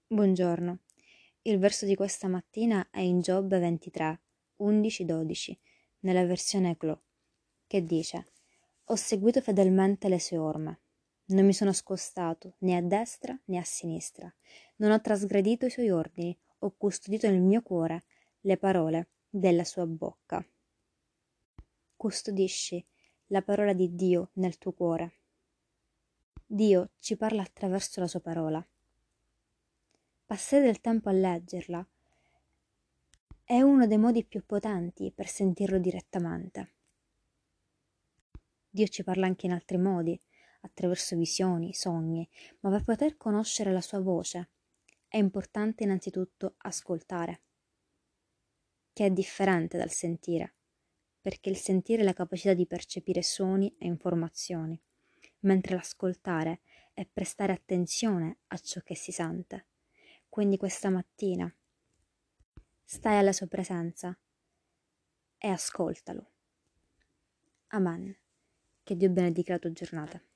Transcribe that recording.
Buongiorno. Il verso di questa mattina è in Giobbe 23, 11-12, nella versione Clou, che dice: Ho seguito fedelmente le sue orme. Non mi sono scostato né a destra né a sinistra. Non ho trasgredito i suoi ordini. Ho custodito nel mio cuore le parole della sua bocca. Custodisci la parola di Dio nel tuo cuore. Dio ci parla attraverso la sua parola. Passare del tempo a leggerla è uno dei modi più potenti per sentirlo direttamente. Dio ci parla anche in altri modi, attraverso visioni, sogni, ma per poter conoscere la sua voce è importante innanzitutto ascoltare, che è differente dal sentire, perché il sentire è la capacità di percepire suoni e informazioni, mentre l'ascoltare è prestare attenzione a ciò che si sente. Quindi questa mattina stai alla sua presenza e ascoltalo. Amen. Che Dio benedica la tua giornata.